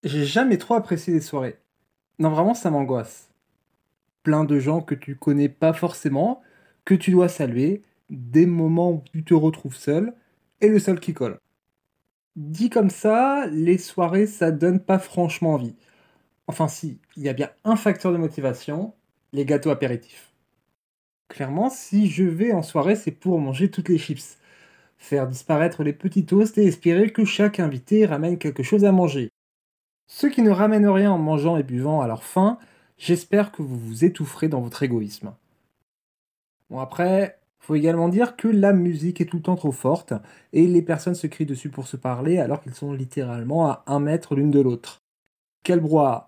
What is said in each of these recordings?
J'ai jamais trop apprécié les soirées. Non, vraiment, ça m'angoisse. Plein de gens que tu connais pas forcément, que tu dois saluer, des moments où tu te retrouves seul, et le seul qui colle. Dit comme ça, les soirées, ça donne pas franchement envie. Enfin si, il y a bien un facteur de motivation, les gâteaux apéritifs. Clairement, si je vais en soirée, c'est pour manger toutes les chips, faire disparaître les petits toasts et espérer que chaque invité ramène quelque chose à manger. Ceux qui ne ramènent rien en mangeant et buvant à leur faim, j'espère que vous vous étoufferez dans votre égoïsme. Bon après, faut également dire que la musique est tout le temps trop forte et les personnes se crient dessus pour se parler alors qu'ils sont littéralement à 1 mètre l'une de l'autre. Quel brouhaha!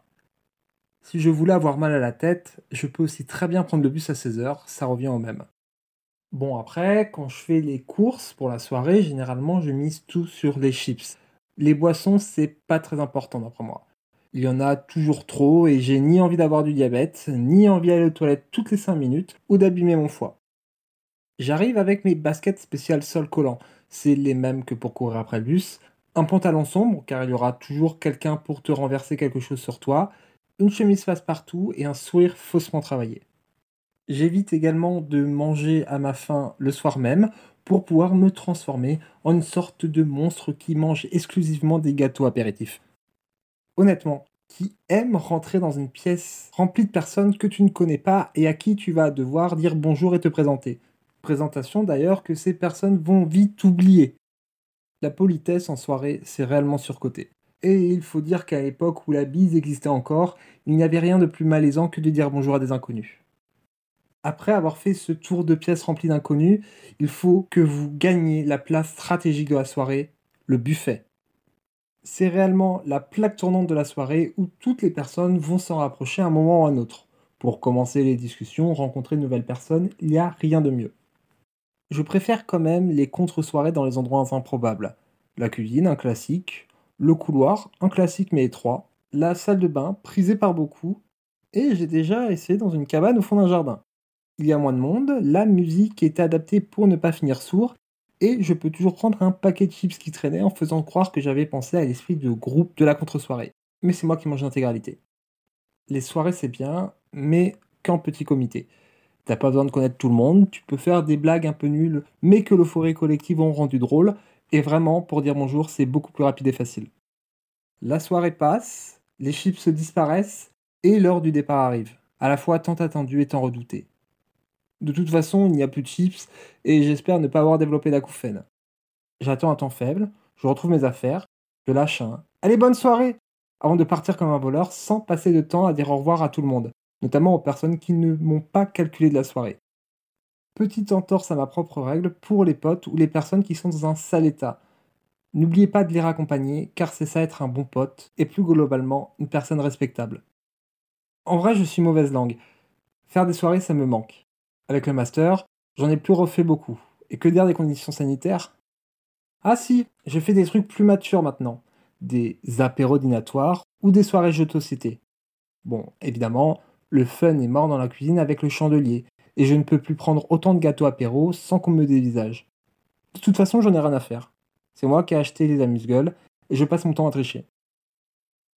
Si je voulais avoir mal à la tête, je peux aussi très bien prendre le bus à 16 heures, ça revient au même. Bon après, quand je fais les courses pour la soirée, généralement je mise tout sur les chips. Les boissons, c'est pas très important d'après moi. Il y en a toujours trop et j'ai ni envie d'avoir du diabète, ni envie d'aller aux toilettes toutes les 5 minutes ou d'abîmer mon foie. J'arrive avec mes baskets spéciales sol collant, c'est les mêmes que pour courir après le bus, un pantalon sombre car il y aura toujours quelqu'un pour te renverser quelque chose sur toi, une chemise passe-partout et un sourire faussement travaillé. J'évite également de manger à ma faim le soir même pour pouvoir me transformer en une sorte de monstre qui mange exclusivement des gâteaux apéritifs. Honnêtement, qui aime rentrer dans une pièce remplie de personnes que tu ne connais pas et à qui tu vas devoir dire bonjour et te présenter. Présentation d'ailleurs que ces personnes vont vite oublier. La politesse en soirée, c'est réellement surcoté. Et il faut dire qu'à l'époque où la bise existait encore, il n'y avait rien de plus malaisant que de dire bonjour à des inconnus. Après avoir fait ce tour de pièces rempli d'inconnus, il faut que vous gagniez la place stratégique de la soirée, le buffet. C'est réellement la plaque tournante de la soirée où toutes les personnes vont s'en rapprocher à un moment ou à un autre. Pour commencer les discussions, rencontrer de nouvelles personnes, il n'y a rien de mieux. Je préfère quand même les contre-soirées dans les endroits improbables. La cuisine, un classique. Le couloir, un classique mais étroit. La salle de bain, prisée par beaucoup. Et j'ai déjà essayé dans une cabane au fond d'un jardin. Il y a moins de monde, la musique est adaptée pour ne pas finir sourd, et je peux toujours prendre un paquet de chips qui traînait en faisant croire que j'avais pensé à l'esprit de groupe de la contre-soirée. Mais c'est moi qui mange l'intégralité. Les soirées c'est bien, mais qu'en petit comité. T'as pas besoin de connaître tout le monde, tu peux faire des blagues un peu nulles, mais que l'euphorie collective ont rendu drôle, et vraiment, pour dire bonjour, c'est beaucoup plus rapide et facile. La soirée passe, les chips disparaissent, et l'heure du départ arrive, à la fois tant attendu et tant redouté. De toute façon, il n'y a plus de chips et j'espère ne pas avoir développé d'acouphènes. J'attends un temps faible, je retrouve mes affaires, je lâche un «Allez, bonne soirée!» avant de partir comme un voleur sans passer de temps à dire au revoir à tout le monde, notamment aux personnes qui ne m'ont pas calculé de la soirée. Petite entorse à ma propre règle pour les potes ou les personnes qui sont dans un sale état. N'oubliez pas de les raccompagner car c'est ça être un bon pote et plus globalement une personne respectable. En vrai, je suis mauvaise langue. Faire des soirées, ça me manque. Avec le master, j'en ai plus refait beaucoup. Et que dire des conditions sanitaires? Ah si, je fais des trucs plus matures maintenant. Des apéros dînatoires ou des soirées jeux de société. Bon, évidemment, le fun est mort dans la cuisine avec le chandelier, et je ne peux plus prendre autant de gâteaux apéros sans qu'on me dévisage. De toute façon, j'en ai rien à faire. C'est moi qui ai acheté les amuse-gueules, et je passe mon temps à tricher.